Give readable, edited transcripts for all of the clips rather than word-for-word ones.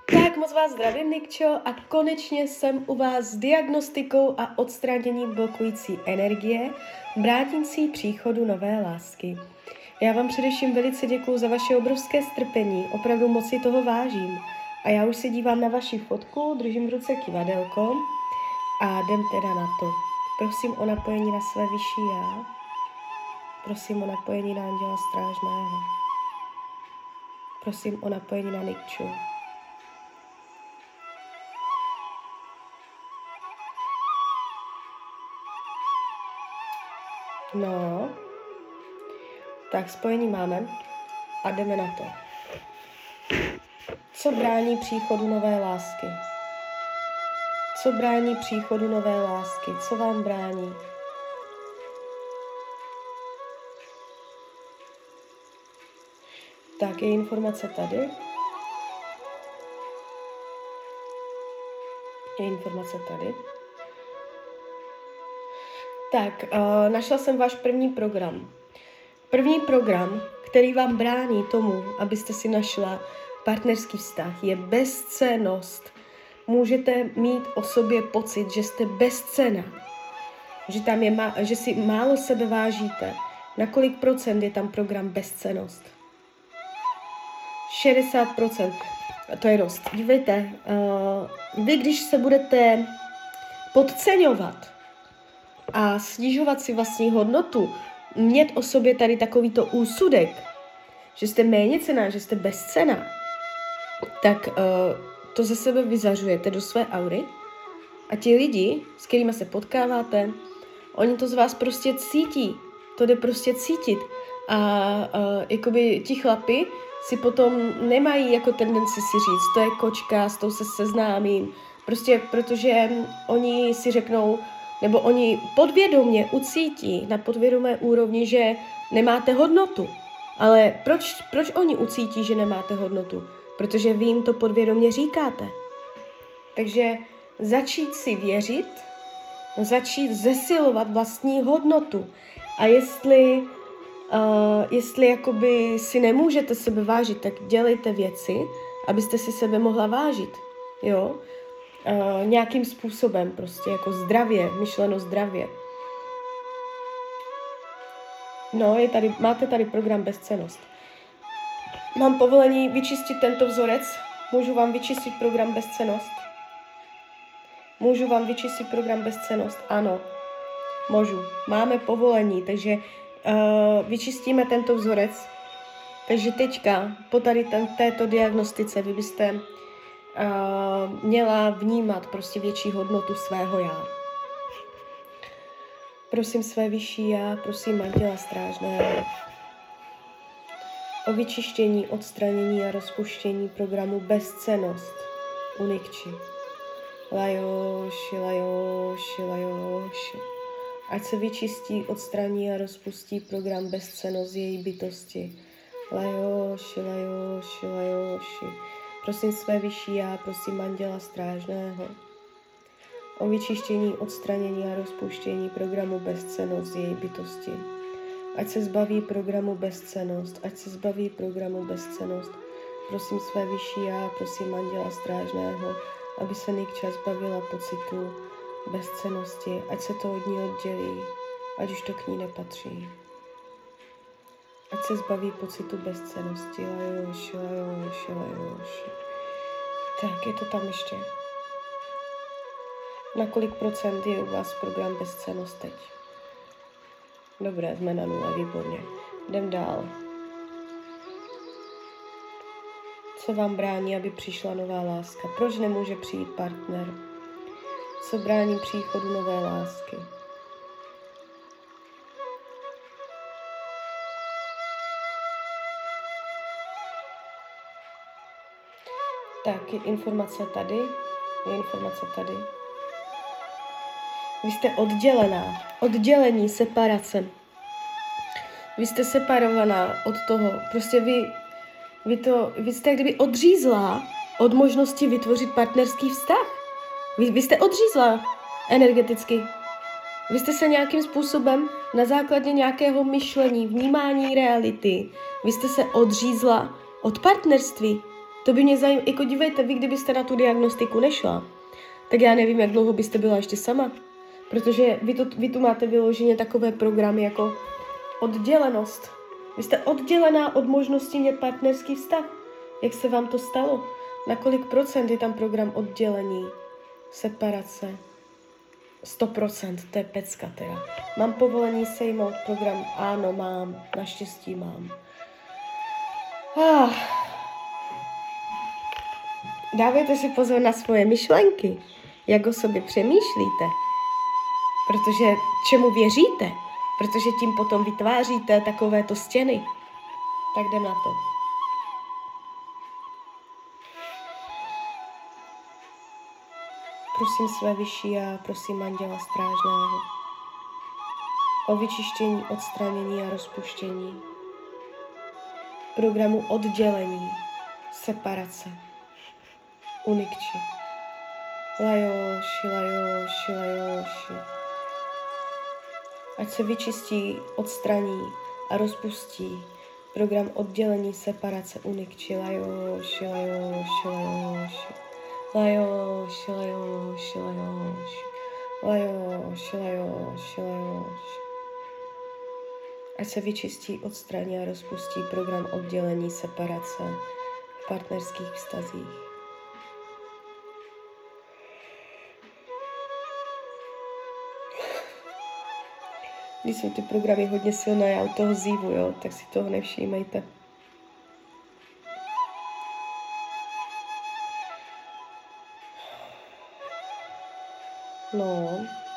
Tak moc vás zdravím, Nikčo, a konečně jsem u vás s diagnostikou a odstraněním blokující energie, bránící příchodu nové lásky. Já vám především velice děkuju za vaše obrovské strpení, opravdu moc si toho vážím. A já už se dívám na vaši fotku, držím v ruce kivadelko a jdem teda na to. Prosím o napojení na své vyšší já, prosím o napojení na Anděla Strážného, prosím o napojení na Nikču. No, tak spojení máme a jdeme na to. Co brání příchodu nové lásky? Co brání příchodu nové lásky? Co vám brání? Tak, je informace tady. Je informace tady. Tak, našla jsem váš první program. První program, který vám brání tomu, abyste si našla partnerský vztah, je bezcennost. Můžete mít o sobě pocit, že jste bezcenná, že, že si málo sebe vážíte. Na kolik procent je tam program bezcennost? 60%. To je dost. Dívejte, vy když se budete podceňovat a snižovat si vlastní hodnotu, mít o sobě tady takovýto úsudek, že jste méněcenná, že jste bezcenná, tak to ze sebe vyzařujete do své aury a ti lidi, s kterými se potkáváte, oni to z vás prostě cítí. To jde prostě cítit. A jakoby ti chlapi si potom nemají jako tendenci si říct, to je kočka, s tou se seznámím. Prostě protože oni si řeknou, nebo oni podvědomě ucítí na podvědomé úrovni, že nemáte hodnotu. Ale proč oni ucítí, že nemáte hodnotu? Protože vy jim to podvědomě říkáte. Takže začít si věřit, začít zesilovat vlastní hodnotu. A jestli jakoby si nemůžete sebe vážit, tak dělejte věci, abyste si sebe mohla vážit. Jo? Nějakým způsobem prostě, jako zdravě, myšleno zdravě. No, máte tady program bezcennost. Mám povolení vyčistit tento vzorec? Můžu vám vyčistit program bezcennost? Můžu vám vyčistit program bezcennost? Ano, můžu. Máme povolení, takže vyčistíme tento vzorec. Takže teďka, po tady této diagnostice, vy byste měla vnímat prostě větší hodnotu svého já. Prosím své vyšší já, prosím Anděla Strážného o vyčištění, odstranění a rozpuštění programu bezcennost u Nikči. Lajoši, lajoši, lajoši. Ať se vyčistí, odstraní a rozpustí program bezcennost její bytosti. Lajoši, lajoši, lajoši. Prosím své vyšší já, prosím Anděla Strážného o vyčištění, odstranění a rozpuštění programu bezcennost z její bytosti. Ať se zbaví programu bezcennost, ať se zbaví programu bezcennost. Prosím své vyšší já, prosím Anděla Strážného, aby se Nikča zbavila pocitu bezcennosti, ať se to od ní oddělí, ať už to k ní nepatří. Ať se zbaví pocitu bezcennosti. Lajoši, lajoši, lajoši. Tak, je to tam ještě. Na kolik procent je u vás program bezcennost teď? Dobré, jsme na 0, výborně. Jdem dál. Co vám brání, aby přišla nová láska? Proč nemůže přijít partner? Co brání příchodu nové lásky? Tak, je informace tady. Je informace tady. Vy jste oddělená. Oddělení, separace. Vy jste separovaná od toho. Prostě vy jste jak kdyby odřízlá od možnosti vytvořit partnerský vztah. Vy jste odřízlá energeticky. Vy jste se nějakým způsobem na základě nějakého myšlení, vnímání reality, vy jste se odřízla od partnerství. To by mě zajímalo, jako dívejte, vy kdybyste na tu diagnostiku nešla, tak já nevím, jak dlouho byste byla ještě sama. Protože vy tu máte vyloženě takové programy jako oddělenost. Vy jste oddělená od možnosti mít partnerský vztah. Jak se vám to stalo? Na kolik procent je tam program oddělení, separace? 100%, to je pecka teda. Mám povolení sejmout program? Ano, mám. Naštěstí mám. Dávejte si pozor na svoje myšlenky. Jak o sobě přemýšlíte. Protože čemu věříte? Protože tím potom vytváříte takovéto stěny. Tak jdem na to. Prosím své vyšší a prosím anděla strážného o vyčištění, odstranění a rozpuštění programu oddělení, separace, unikči. Lajoši, lajoši, lajoši. Ať se vyčistí, odstraní a rozpustí program oddělení, separace, unikči. Lajoši, lajoši, lajoši. Lajoši, lajoši, lajoši. Lajoši, lajoši, lajoši. Ať se vyčistí, odstraní a rozpustí program oddělení, separace v partnerských vztazích. Když jsou ty programy hodně silné, já u toho zívu, jo, tak si toho nevšímejte. No.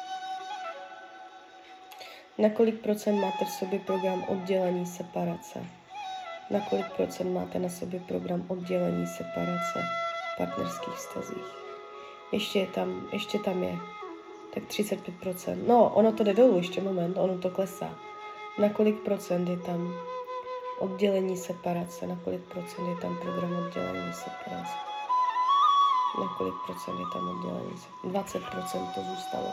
Na kolik procent máte v sobě program oddělení, separace? Na kolik procent máte na sobě program oddělení, separace v partnerských vztazích? Ještě tam je. Tak 35%. No, ono to jde dolů, ještě moment, ono to klesá. Na kolik procent je tam oddělení, separace? Na kolik procent je tam program oddělení, separace? Na kolik procent je tam oddělení, separace? 20% to zůstalo.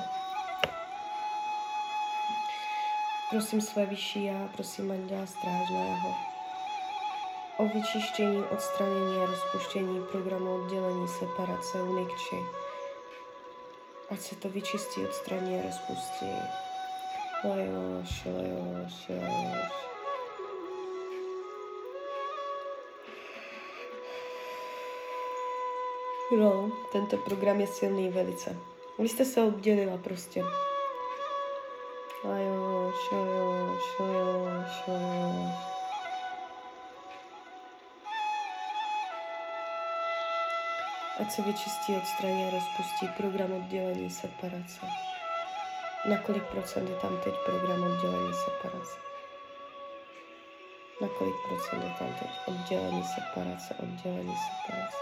Prosím své vyšší já, prosím anděla strážného o vyčištění, odstranění a rozpuštění programu oddělení, separace, unikči. Ať se to vyčistí, odstraní a rozpustí. Lajoši, lajoši, lajoši. No, tento program je silný velice. Vy jste se oddělila prostě. Lajoši, lajoši, lajoši, lajoši. Ať se vyčistí, odstraní a rozpustí program oddělení, separace. Na kolik procent je tam teď program oddělení, separace? Na kolik procent je tam teď oddělení, separace, oddělení, separace?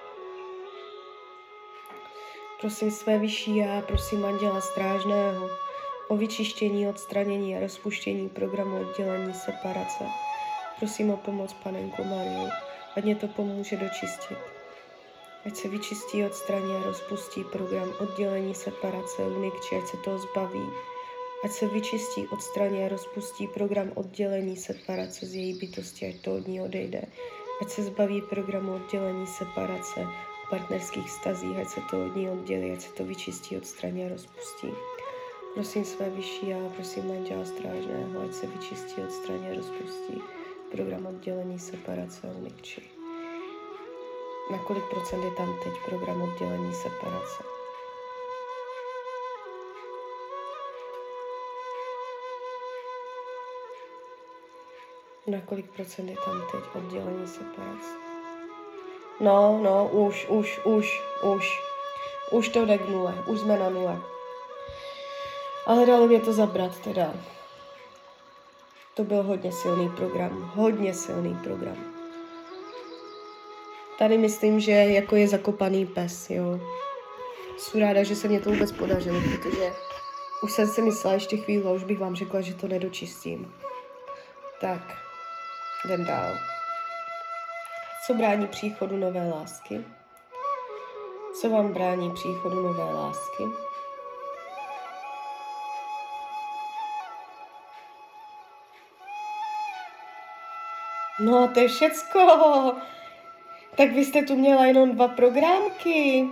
Prosím své vyšší já, prosím anděla strážného o vyčištění, odstranění a rozpuštění programu oddělení, separace. Prosím o pomoc Panenku Mariu, ať mě to pomůže dočistit. Ať se vyčistí, odstraní a rozpustí program oddělení, separace, unikči, ať se toho zbaví. Ať se vyčistí, odstraní a rozpustí program oddělení, separace z její bytosti, ať to od ní odejde. Ať se zbaví programu oddělení, separace v partnerských vztazích, ať se to od ní oddělí, ať se to vyčistí, odstraní a rozpustí. Prosím své vyšší já, prosím anděla strážného, ať se vyčistí, odstraní a rozpustí program oddělení, separace, unikči. Na kolik procent je tam teď program oddělení, separace? Na kolik procent je tam teď oddělení, separace? No, už to jde k nule, už jsme na nule. Ale dalo mě to zabrat teda. To byl hodně silný program. Tady myslím, že jako je zakopaný pes, jo. Jsem ráda, že se mě to vůbec podařilo, protože už jsem si myslela ještě chvíli a už bych vám řekla, že to nedočistím. Tak, jdem dál. Co brání příchodu nové lásky? Co vám brání příchodu nové lásky? No, to je všecko. Tak vy jste tu měla jenom 2 programky.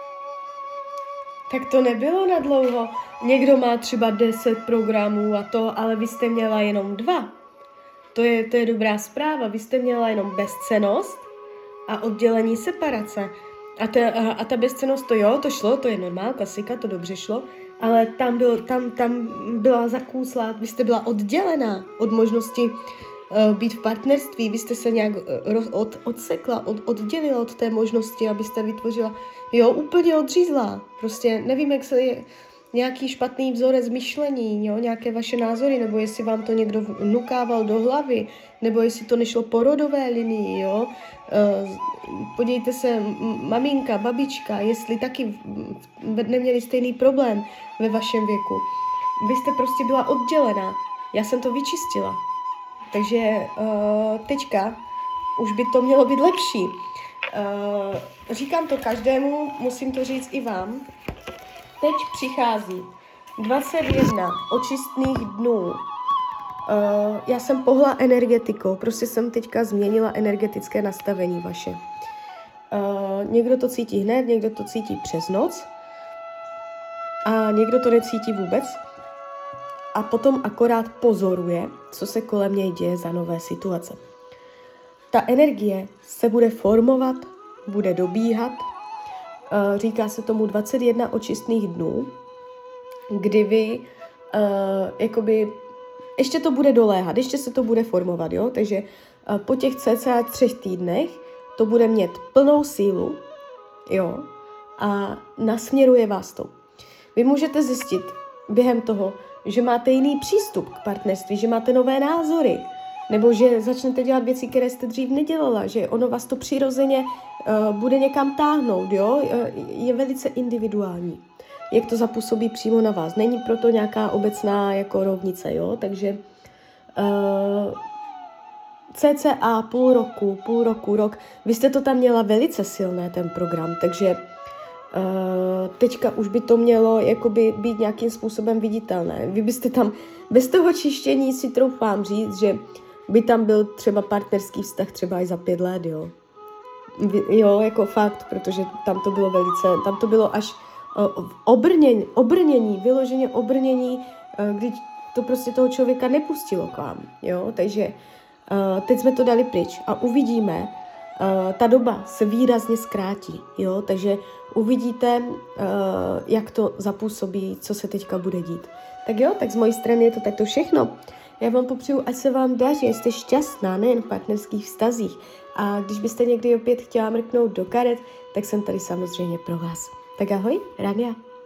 Tak to nebylo na dlouho. Někdo má třeba 10 programů a to, ale vy jste měla jenom 2. To je dobrá zpráva. Vy jste měla jenom bezcennost a oddělení separace. A ta bezcennost, to šlo, to je normál, klasika, to dobře šlo, ale tam byla zakůslá, vy jste byla oddělená od možnosti být v partnerství, vy jste se nějak odsekla, oddělila od té možnosti, abyste vytvořila, úplně odřízla. Prostě nevím, jak se je nějaký špatný vzorec myšlení, nějaké vaše názory, nebo jestli vám to někdo vnukával do hlavy, nebo jestli to nešlo po rodové linii, Podívejte se, maminka, babička, jestli taky neměli stejný problém ve vašem věku. Vy jste prostě byla oddělená. Já jsem to vyčistila. Takže teďka už by to mělo být lepší. Říkám to každému, musím to říct i vám. Teď přichází 21 očistných dnů. Já jsem pohla energetikou, prostě jsem teďka změnila energetické nastavení vaše. Někdo to cítí hned, někdo to cítí přes noc a někdo to necítí vůbec. A potom akorát pozoruje, co se kolem něj děje za nové situace. Ta energie se bude formovat, bude dobíhat. Říká se tomu 21 očistných dnů, kdy vy jakoby ještě to bude doléhat, ještě se to bude formovat, takže po těch cca 3 týdnech to bude mít plnou sílu, a nasměruje vás to. Vy můžete zjistit během toho, že máte jiný přístup k partnerství, že máte nové názory, nebo že začnete dělat věci, které jste dřív nedělala, že ono vás to přirozeně bude někam táhnout, je velice individuální, jak to zapůsobí přímo na vás. Není proto nějaká obecná jako rovnice, takže cca půl roku, rok, vy jste to tam měla velice silné, ten program, takže teďka už by to mělo jakoby být nějakým způsobem viditelné. Vy byste tam, bez toho čištění si troufám říct, že by tam byl třeba partnerský vztah třeba i za 5 let, jako fakt, protože tam to bylo až obrnění, vyloženě obrnění, když to prostě toho člověka nepustilo k vám, takže teď jsme to dali pryč a uvidíme, ta doba se výrazně zkrátí, takže uvidíte, jak to zapůsobí, co se teďka bude dít. Tak z mojí strany je to takto všechno. Já vám popřeju, ať se vám daří, jste šťastná, nejen v partnerských vztazích. A když byste někdy opět chtěla mrknout do karet, tak jsem tady samozřejmě pro vás. Tak ahoj, Rania.